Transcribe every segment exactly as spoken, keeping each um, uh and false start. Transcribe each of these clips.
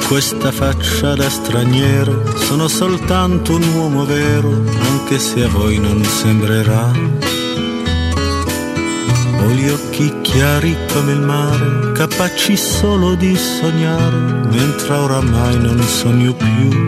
questa faccia da straniero, sono soltanto un uomo vero, anche se a voi non sembrerà. Ho gli occhi chiari come il mare, capaci solo di sognare, mentre oramai non sogno più.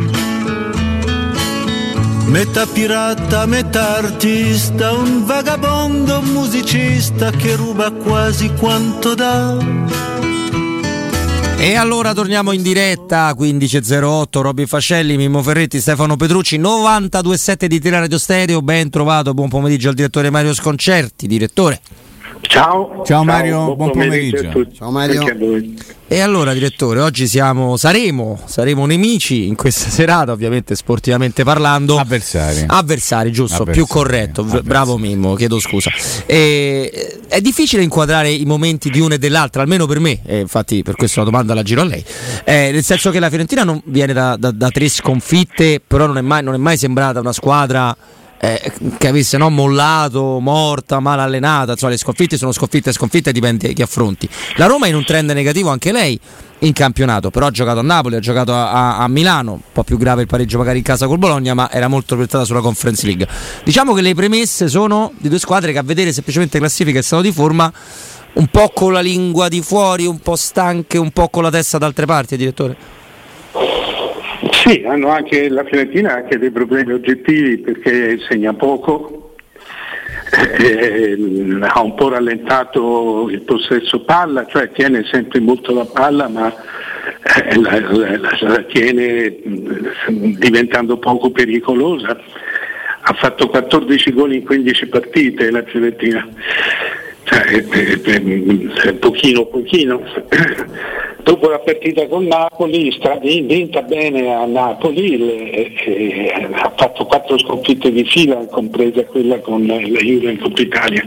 Metà pirata, metà artista, un vagabondo musicista che ruba quasi quanto dà. E allora torniamo in diretta, quindici e zero otto, Robin Fascelli, Mimmo Ferretti, Stefano Petrucci, novantadue virgola sette di Teleradio Stereo, ben trovato, buon pomeriggio al direttore Mario Sconcerti. Direttore. Ciao. Ciao Mario, buon, buon pomeriggio. pomeriggio. Ciao Mario. E allora direttore, oggi siamo, saremo, saremo nemici in questa serata, ovviamente sportivamente parlando. Avversari. Avversari, giusto, Avversari. Più corretto, Avversari. Bravo Mimmo, chiedo scusa. E, è difficile inquadrare i momenti di una e dell'altra, almeno per me, e infatti per questo la domanda la giro a lei. Eh, nel senso che la Fiorentina non viene da, da, da tre sconfitte, però non è mai, non è mai sembrata una squadra Eh, che avesse no, mollato, morta, mal allenata. Insomma, le sconfitte sono sconfitte e sconfitte, dipende chi affronti. La Roma è in un trend negativo anche lei in campionato, però ha giocato a Napoli, ha giocato a, a Milano, un po' più grave il pareggio magari in casa col Bologna, ma era molto proiettata sulla Conference League. Diciamo che le premesse sono di due squadre che a vedere semplicemente classifica e stato di forma un po' con la lingua di fuori, un po' stanche, un po' con la testa da altre parti, direttore. Sì, hanno anche la Fiorentina ha anche dei problemi oggettivi perché segna poco, eh, ha un po' rallentato il possesso palla, cioè tiene sempre molto la palla ma eh, la, la, la, la tiene diventando poco pericolosa. Ha fatto quattordici gol in quindici partite la Fiorentina, cioè eh, eh, pochino pochino. Dopo la partita con Napoli, vinta bene a Napoli, le, eh, ha fatto quattro sconfitte di fila, compresa quella con la Juve in Coppa Italia.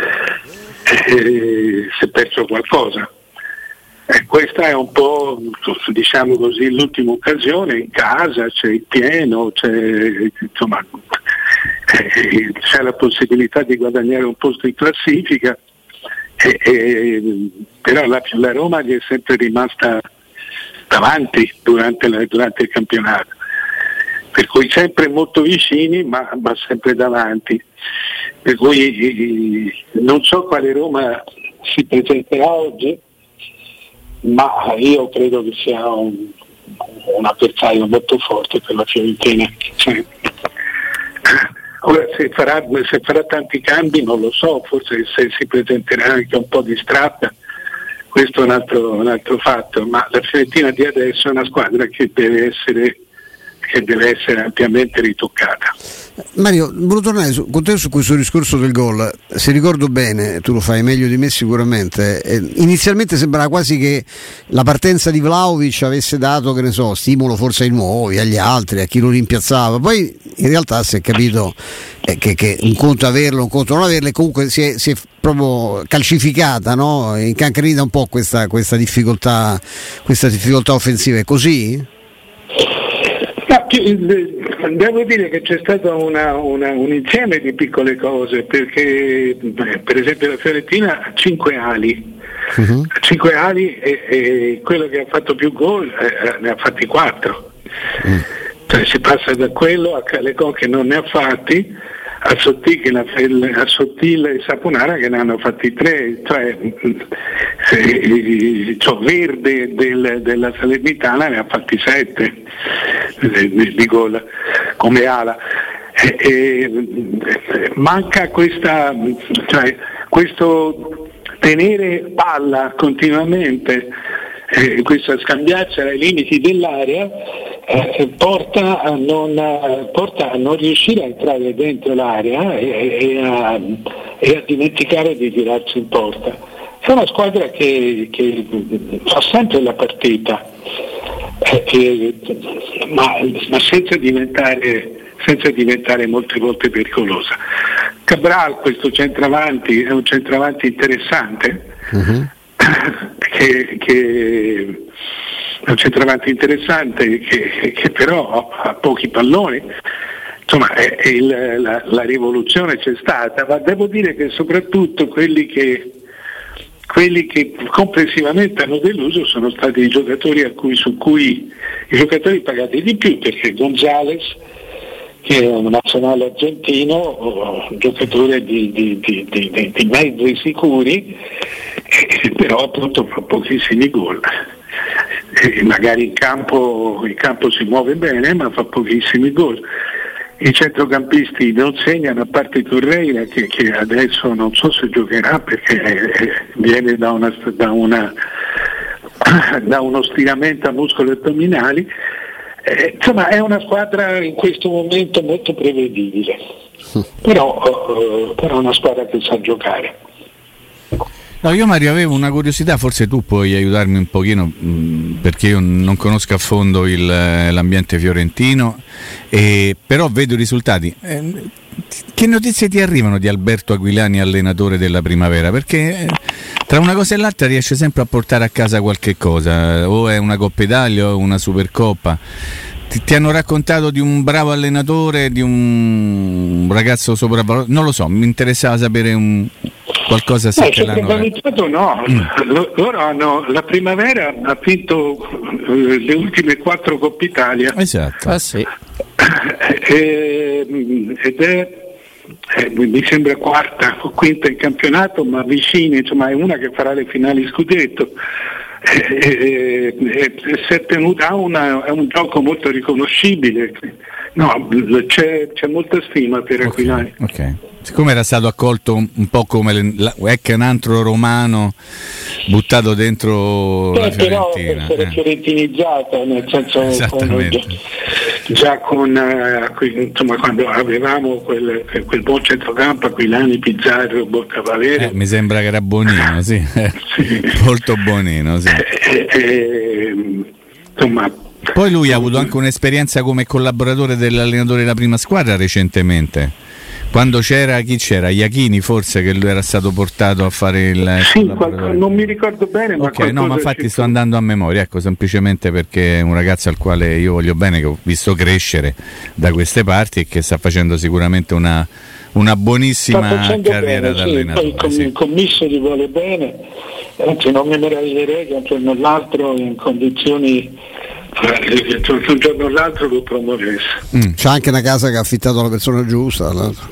Eh, si è perso qualcosa. Eh, questa è un po', diciamo così, l'ultima occasione in casa, c'è il pieno, c'è, insomma, eh, c'è la possibilità di guadagnare un posto in classifica. Eh, eh, però la, la Roma gli è sempre rimasta davanti durante, la, durante il campionato, per cui sempre molto vicini ma, ma sempre davanti, per cui eh, non so quale Roma si presenterà oggi, ma io credo che sia un, un avversario molto forte per la Fiorentina. Cioè, ora se farà, se farà tanti cambi non lo so, forse se si presenterà anche un po' distratta, questo è un altro, un altro fatto, ma la Fiorentina di adesso è una squadra che deve essere, che deve essere ampiamente ritoccata. Mario, volevo tornare su, con te su questo discorso del gol. Se ricordo bene, tu lo fai meglio di me sicuramente, eh, inizialmente sembrava quasi che la partenza di Vlahovic avesse dato, che ne so, stimolo forse ai nuovi, agli altri, a chi lo rimpiazzava, poi in realtà si è capito eh, che, che un conto averlo, un conto non averlo, e comunque si è, si è proprio calcificata, no? Incancrenita un po' questa, questa difficoltà questa difficoltà offensiva, è così? Devo dire che c'è stato una, una, un insieme di piccole cose, perché beh, per esempio la Fiorentina ha cinque ali, uh-huh. cinque ali e, e quello che ha fatto più gol eh, ne ha fatti quattro, uh-huh. Cioè si passa da quello a Calecon che non ne ha fatti, a Sottile, a Sottile e Saponara che ne hanno fatti tre, cioè, eh, cioè Verde del, della Salernitana ne ha fatti sette di, di gol come ala. E, e, manca questa, cioè, questo tenere palla continuamente, eh, questa scambiaccia ai limiti dell'area. Eh, porta, a non, porta a non riuscire a entrare dentro l'area e, e, a, e a dimenticare di tirarsi in porta. È una squadra che, che fa sempre la partita, eh, eh, ma, ma senza diventare, senza diventare molte volte pericolosa. Cabral, questo centravanti, è un centravanti interessante, uh-huh. che, che è un centravanti interessante che, che però ha pochi palloni, insomma è, è il, la, la rivoluzione c'è stata, ma devo dire che soprattutto quelli che, quelli che complessivamente hanno deluso sono stati i giocatori a cui, su cui i giocatori pagati di più, perché Gonzalez, che è un nazionale argentino, un giocatore di, di, di, di, di mezzi sicuri, eh, però appunto fa pochissimi gol. Eh, magari in campo, in campo si muove bene, ma fa pochissimi gol. I centrocampisti non segnano, a parte Torreira che, che adesso non so se giocherà perché eh, viene da, una, da, una, da uno stiramento a muscoli addominali. Eh, insomma è una squadra in questo momento molto prevedibile, però, uh, però è una squadra che sa giocare. No, io Mario avevo una curiosità, forse tu puoi aiutarmi un pochino mh, perché io non conosco a fondo il, l'ambiente fiorentino, eh, però vedo i risultati. Eh, che notizie ti arrivano di Alberto Aquilani, allenatore della Primavera? Perché eh, tra una cosa e l'altra riesce sempre a portare a casa qualche cosa, o è una Coppa Italia o una Supercoppa. Ti, ti hanno raccontato di un bravo allenatore, di un ragazzo sopravvalutato? Non lo so, mi interessava sapere un... qualcosa se no, te l'hanno raccontato. No, mm. loro hanno, la Primavera ha vinto eh, le ultime quattro Coppe Italia. Esatto. Ah, sì. e, ed è eh, mi sembra quarta o quinta in campionato, ma vicina, insomma è una che farà le finali scudetto. E, e, e si è tenuta a una, è un gioco molto riconoscibile. No, c'è, c'è molta stima per Aquilani. Okay, ok. Siccome era stato accolto un, un po' come le, la, ecco, un altro romano buttato dentro eh, la Fiorentina, però per essere eh. fiorentinizzato, nel senso esattamente. Già, già con eh, insomma quando avevamo quel, quel buon centrocampo, Aquilani, Pizzarro, Boccavavere, eh, mi sembra che era Bonino, sì, sì. molto Bonino, sì. Eh, eh, insomma. Poi lui ha avuto anche un'esperienza come collaboratore dell'allenatore della prima squadra recentemente. Quando c'era, chi c'era? Iachini forse, che lui era stato portato a fare il... Sì, qualcosa, non mi ricordo bene, ma ok, no, ma infatti sto andando a memoria, ecco, semplicemente perché è un ragazzo al quale io voglio bene, che ho visto crescere da queste parti e che sta facendo sicuramente una, una buonissima carriera bene, da sì, allenatore. poi sì. Il commisso gli vuole bene, anzi non mi meraviglierei che un giorno o l'altro in condizioni... un giorno o l'altro lo promuovesse. Mm. C'è anche una casa che ha affittato alla persona giusta, l'altro.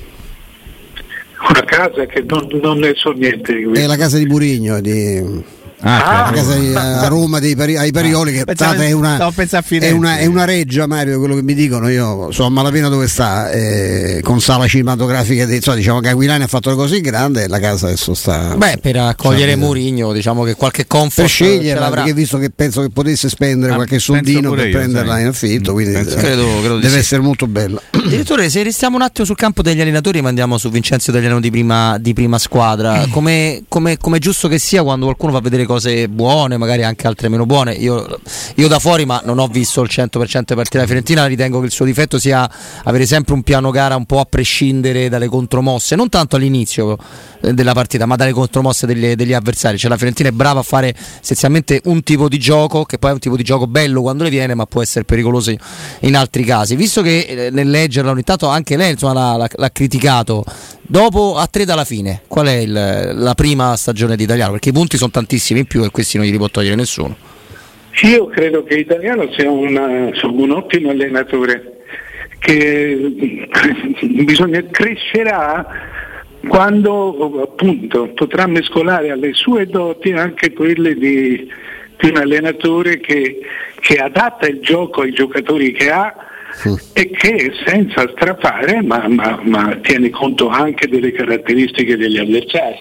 Una casa che non, non ne so niente di questo. È la casa di Burigno di... Ah, la casa di, a Roma dei Pari, ai Parioli, che pensavo, è, una, è, una, è una reggia, Mario, quello che mi dicono. Io so a malapena dove sta, eh, con sala cinematografica di, so, diciamo che Aquilani ha fatto una cosa in grande e la casa adesso sta. Beh, per accogliere cioè, Mourinho, diciamo che qualche comfort per scegliere, perché visto che penso che potesse spendere ah, qualche soldino per io, prenderla sai. in affitto, quindi penso, credo, credo deve sì. essere molto bella. Direttore, se restiamo un attimo sul campo degli allenatori, ma andiamo su Vincenzo Italiano di prima, di prima squadra, come è giusto che sia quando qualcuno fa vedere cose buone, magari anche altre meno buone. Io, io da fuori, ma non ho visto il cento per cento delle partite della Fiorentina, ritengo che il suo difetto sia avere sempre un piano gara un po' a prescindere dalle contromosse, non tanto all'inizio della partita, ma dalle contromosse degli, degli avversari. Cioè la Fiorentina è brava a fare essenzialmente un tipo di gioco, che poi è un tipo di gioco bello quando le viene, ma può essere pericoloso in altri casi. Visto che nel leggerla ogni tanto anche lei insomma, l'ha, l'ha, l'ha criticato, dopo a tre dalla fine, qual è il, la prima stagione di Italiano? Perché i punti sono tantissimi in più e questi non gli può togliere nessuno. Io credo che Italiano sia una, un ottimo allenatore che bisogna crescerà quando appunto potrà mescolare alle sue doti anche quelle di, di un allenatore che, che adatta il gioco ai giocatori che ha e che senza strafare ma, ma, ma tiene conto anche delle caratteristiche degli avversari.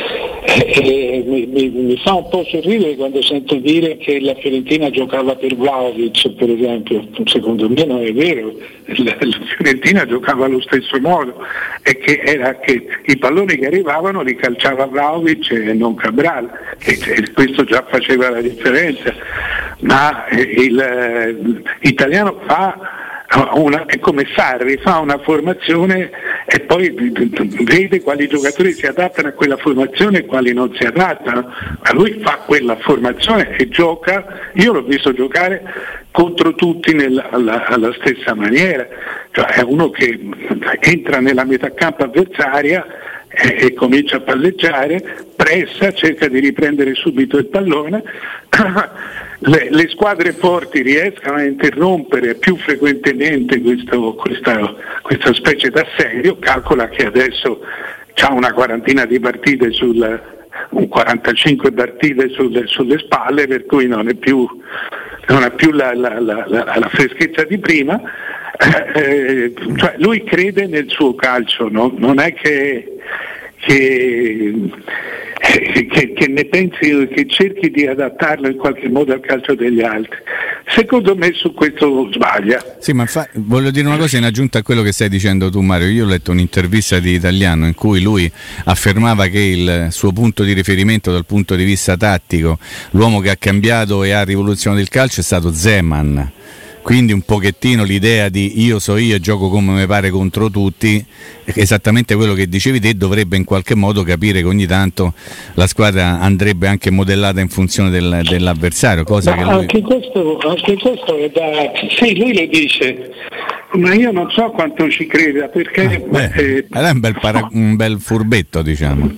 E, mi, mi, mi fa un po' sorridere quando sento dire che la Fiorentina giocava per Vlahovic, per esempio. Secondo me non è vero, la, la Fiorentina giocava allo stesso modo, e che era che i palloni che arrivavano li calciava Vlahovic e non Cabral, e, e questo già faceva la differenza, ma il Italiano fa Una, è come Sarri, fa una formazione e poi vede quali giocatori si adattano a quella formazione e quali non si adattano, ma lui fa quella formazione e gioca. Io l'ho visto giocare contro tutti nel, alla, alla stessa maniera, cioè è uno che entra nella metà campo avversaria e, e comincia a palleggiare, pressa, cerca di riprendere subito il pallone. Le, le squadre forti riescono a interrompere più frequentemente questo, questa, questa specie d'assedio. Calcola che adesso c'ha una quarantina di partite sul, un quarantacinque partite sulle, sulle spalle, per cui non è più, non ha più la, la, la, la, la freschezza di prima. Eh, cioè lui crede nel suo calcio, no? Non è che, che, che, che ne pensi, che cerchi di adattarlo in qualche modo al calcio degli altri. Secondo me su questo sbaglia. Sì, ma fa, voglio dire una cosa in aggiunta a quello che stai dicendo tu, Mario. Io ho letto un'intervista di Italiano in cui lui affermava che il suo punto di riferimento dal punto di vista tattico, l'uomo che ha cambiato e ha rivoluzionato il calcio, è stato Zeman. Quindi un pochettino l'idea di io so io e gioco come mi pare contro tutti, esattamente quello che dicevi te, dovrebbe in qualche modo capire che ogni tanto la squadra andrebbe anche modellata in funzione del, dell'avversario, cosa che lui... anche, questo, anche questo è da... Sì, lui lo dice, ma io non so quanto ci creda, perché... Ah, beh, eh, è un bel, para... un bel furbetto, diciamo.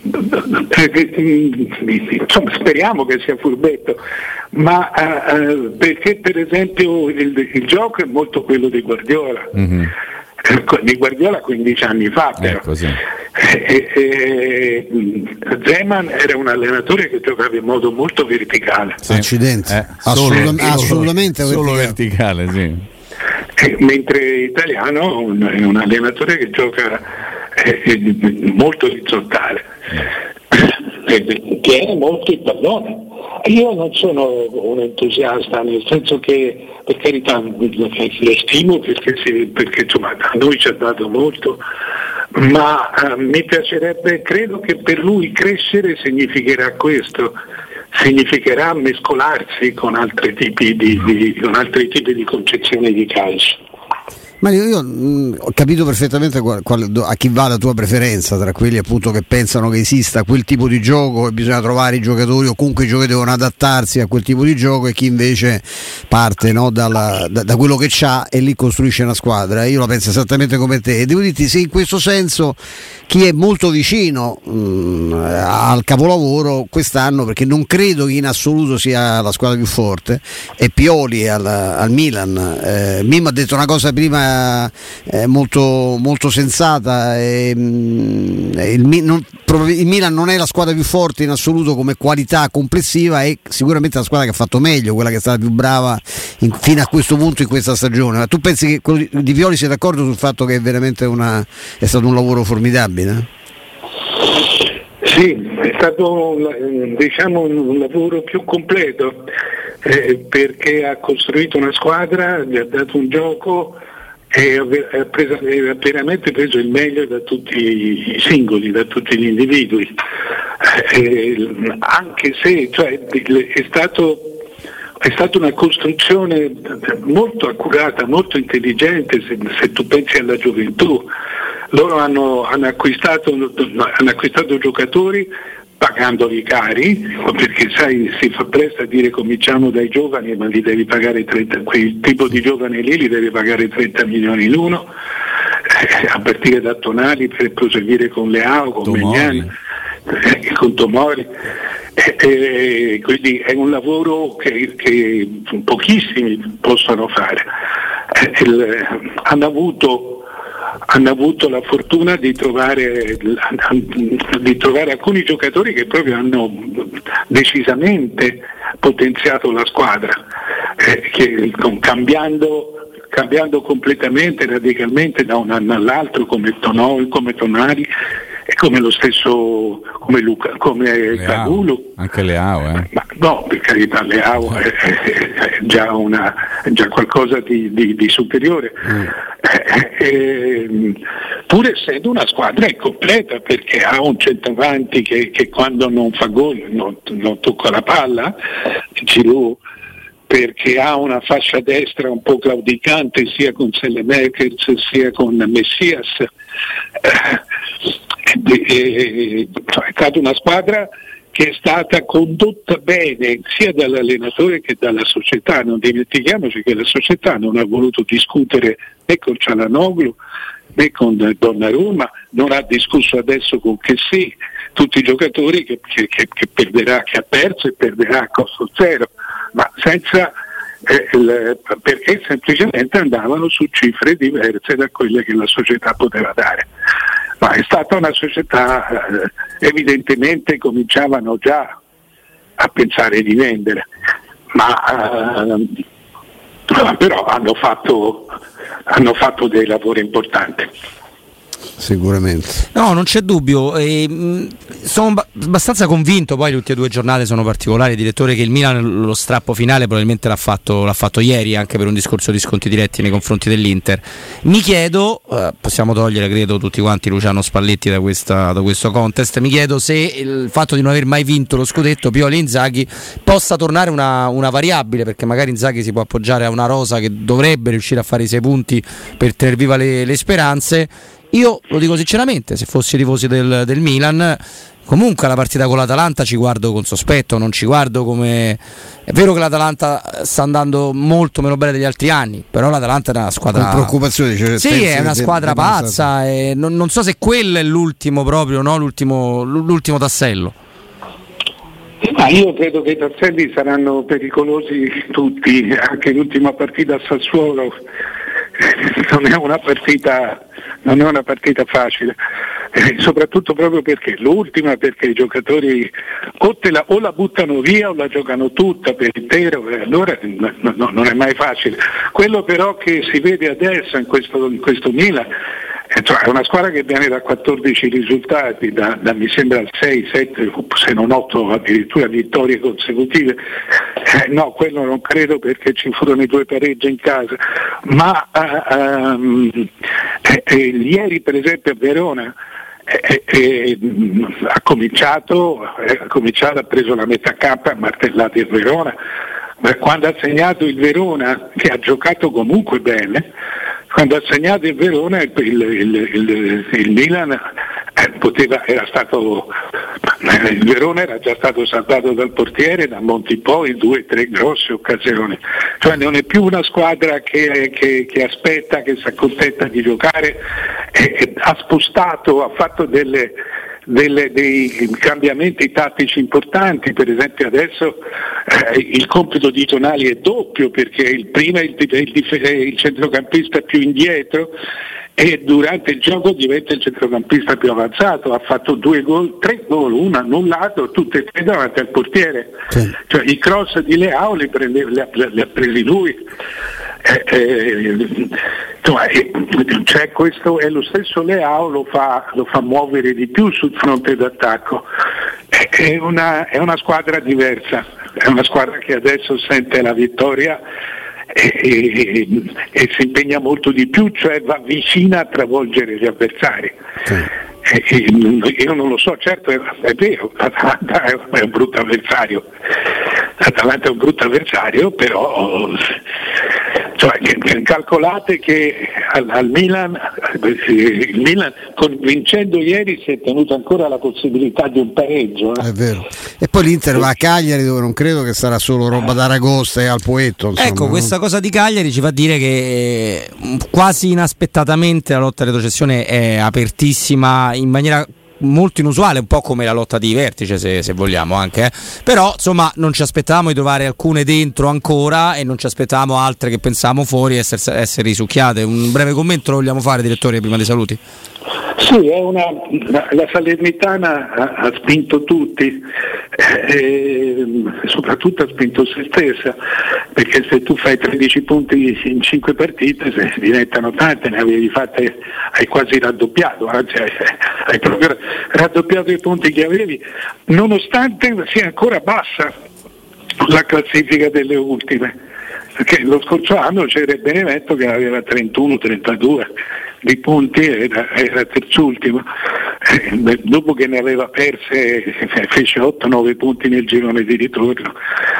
Insomma, speriamo che sia furbetto, ma uh, perché per esempio il, il gioco è molto quello di Guardiola, mm-hmm. di Guardiola quindici anni fa, però. Ecco, sì. e, e, Zeman era un allenatore che giocava in modo molto verticale. Sì. Accidenti, eh, Assolut- solo, assolutamente solo verticale, verticale sì. E, mentre Italiano è un, è un allenatore che gioca eh, molto orizzontale, eh, tiene molto il pallone. Io non sono un entusiasta, nel senso che, per carità, lo stimo perché, si, perché insomma, a noi ci ha dato molto, ma eh, mi piacerebbe, credo che per lui crescere significherà questo, significherà mescolarsi con altri tipi di, di, con altri tipi di concezioni di calcio. Mario, io mh, ho capito perfettamente qual, qual, a chi va la tua preferenza, tra quelli appunto che pensano che esista quel tipo di gioco e bisogna trovare i giocatori o comunque i giocatori devono adattarsi a quel tipo di gioco, e chi invece parte, no, dalla, da, da quello che c'ha e lì costruisce una squadra. Io la penso esattamente come te e devo dirti, se in questo senso chi è molto vicino mh, al capolavoro quest'anno, perché non credo che in assoluto sia la squadra più forte, è Pioli al, al Milan. eh, Mimmo ha detto una cosa prima Eh, molto, molto sensata. Eh, il, non, il Milan non è la squadra più forte in assoluto come qualità complessiva, è sicuramente la squadra che ha fatto meglio, quella che è stata più brava in, fino a questo punto in questa stagione. Ma tu pensi che quello di, di Pioli sia d'accordo sul fatto che è veramente una, è stato un lavoro formidabile? Sì, è stato diciamo un lavoro più completo, eh, perché ha costruito una squadra, gli ha dato un gioco e ha, preso, ha veramente preso il meglio da tutti i singoli, da tutti gli individui, eh, anche se cioè, è stato è stata una costruzione molto accurata, molto intelligente. Se, se tu pensi alla gioventù, loro hanno, hanno, acquistato, hanno acquistato giocatori pagandoli cari, perché sai, si fa presto a dire cominciamo dai giovani, ma li devi pagare trenta, quel tipo di giovani lì li devi pagare trenta milioni l'uno, eh, a partire da Tonali per proseguire con Leao, con Maignan, eh, con Tomori. Eh, eh, quindi è un lavoro che, che pochissimi possono fare. Eh, il, hanno avuto hanno avuto la fortuna di trovare, di trovare alcuni giocatori che proprio hanno decisamente potenziato la squadra, eh, che, con, cambiando, cambiando completamente, radicalmente da un anno all'altro, come Tonoli, come Tonali e come lo stesso come Luca, come Zagulu. Anche Leao, eh. Ma no, per carità, Leao è, è, è già una è già qualcosa di, di, di superiore. Mm. Eh, eh, pur essendo una squadra incompleta, perché ha un centravanti che, che quando non fa gol non, non tocca la palla, Giroud, perché ha una fascia destra un po' claudicante sia con Selemakers sia con Messias. Eh, è stata una squadra che è stata condotta bene sia dall'allenatore che dalla società. Non dimentichiamoci che la società non ha voluto discutere né con Cialanoglu né con Donnarumma, non ha discusso adesso con Chessy, tutti i giocatori che, che, che, che perderà, che ha perso e perderà a costo zero, ma senza eh, il, perché semplicemente andavano su cifre diverse da quelle che la società poteva dare. Ma è stata una società, eh, evidentemente cominciavano già a pensare di vendere, ma eh, però hanno fatto, hanno fatto dei lavori importanti. Sicuramente. No, non c'è dubbio. E, mh, sono ba- abbastanza convinto, poi le ultime due giornate sono particolari, direttore, che il Milan lo strappo finale probabilmente l'ha fatto, l'ha fatto ieri, anche per un discorso di sconti diretti nei confronti dell'Inter. Mi chiedo, eh, possiamo togliere credo tutti quanti Luciano Spalletti da, questa, da questo contest, mi chiedo se il fatto di non aver mai vinto lo scudetto Pioli e Inzaghi possa tornare una, una variabile, perché magari Inzaghi si può appoggiare a una rosa che dovrebbe riuscire a fare i sei punti per tenere viva le, le speranze. Io lo dico sinceramente, se fossi tifosi del, del Milan, comunque la partita con l'Atalanta ci guardo con sospetto, non ci guardo come... È vero che l'Atalanta sta andando molto meno bene degli altri anni, però l'Atalanta è una squadra... Con preoccupazione, cioè, sì, è una squadra pazza e non, non so se quello è l'ultimo proprio, no? l'ultimo, l'ultimo tassello. Ma io credo che i tasselli saranno pericolosi tutti, anche l'ultima partita a Sassuolo non è una partita, non è una partita facile, eh, soprattutto proprio perché l'ultima, perché i giocatori o, te la, o la buttano via o la giocano tutta per intero, e allora no, no, non è mai facile. Quello però che si vede adesso in questo, in questo Milan, è una squadra che viene da quattordici risultati, da, da mi sembra sei, sette, se non otto addirittura vittorie consecutive. Eh, no, quello non credo, perché ci furono i due pareggi in casa. Ma uh, um, eh, eh, ieri per esempio a Verona eh, eh, ha cominciato, eh, ha cominciato, ha preso la metà campo, ha martellato il Verona. Ma quando ha segnato il Verona, che ha giocato comunque bene, quando ha segnato il Verona il, il, il, il, il Milan eh, poteva, era stato, il Verona era già stato salvato dal portiere da Monti poi in due o tre grosse occasioni, cioè non è più una squadra che, che, che aspetta, che si accontenta di giocare, eh, eh, ha spostato, ha fatto delle Delle, dei cambiamenti tattici importanti. Per esempio adesso eh, il compito di Tonali è doppio, perché il prima è il, il, il centrocampista più indietro e durante il gioco diventa il centrocampista più avanzato. Ha fatto due gol, tre gol, uno annullato, tutte e tre davanti al portiere, sì. Cioè i cross di Leao li, prende, li, ha, li ha presi lui. Eh, eh, cioè questo è lo stesso Leao, lo fa, lo fa muovere di più sul fronte d'attacco. È, è, una, è una squadra diversa, è una squadra che adesso sente la vittoria e, e, e si impegna molto di più, cioè va vicina a travolgere gli avversari. Sì. E, e, io non lo so, certo è, è vero, l'Atalanta è un brutto avversario, l'Atalanta è un brutto avversario, però cioè, calcolate che al, al Milan, il Milan con, vincendo ieri si è tenuto ancora la possibilità di un pareggio. Eh? È vero. E poi l'Inter va a Cagliari, dove non credo che sarà solo roba d'Aragosta e al Poetto. Insomma, ecco, questa no? cosa di Cagliari ci fa dire che quasi inaspettatamente la lotta alla retrocessione è apertissima in maniera molto inusuale, un po' come la lotta di vertice, se, se vogliamo anche, eh. Però insomma non ci aspettavamo di trovare alcune dentro ancora e non ci aspettavamo altre che pensavamo fuori essere, essere risucchiate. Un breve commento lo vogliamo fare, direttore, prima dei saluti? Sì, è una, la, la Salernitana ha, ha spinto tutti, eh, soprattutto ha spinto se stessa, perché se tu fai tredici punti in cinque partite, se diventano tante, ne avevi fatte, hai quasi raddoppiato, anzi hai, hai proprio raddoppiato i punti che avevi, nonostante sia ancora bassa la classifica delle ultime, perché lo scorso anno c'era il Benevento che aveva trentuno trentadue di punti, era, era terzultimo, eh, dopo che ne aveva perse fece otto nove punti nel girone di ritorno.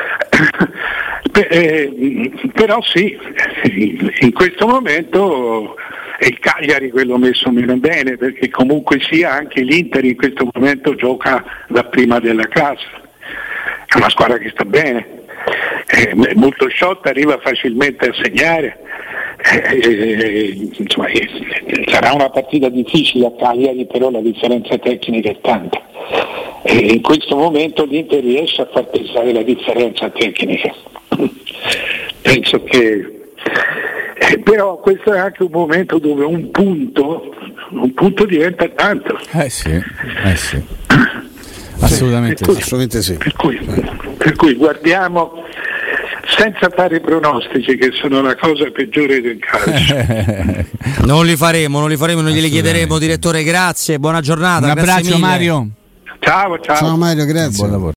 eh, però sì, in questo momento è il Cagliari quello messo meno bene, perché comunque sia anche l'Inter in questo momento gioca da prima della classe, è una squadra che sta bene, è molto sciotta, arriva facilmente a segnare, eh, insomma, eh, sarà una partita difficile a Cagliari, però la differenza tecnica è tanta e in questo momento l'Inter riesce a far pesare la differenza tecnica. Penso che eh, però questo è anche un momento dove un punto un punto diventa tanto. Eh sì, eh sì. Assolutamente, per sì. Cui, Assolutamente sì. Per cui, per cui guardiamo senza fare pronostici, che sono la cosa peggiore del calcio. Non li faremo, non li faremo, non glieli chiederemo, direttore. Grazie, buona giornata. Un abbraccio mille. Mario. Ciao, ciao. Ciao Mario, grazie. Buon lavoro.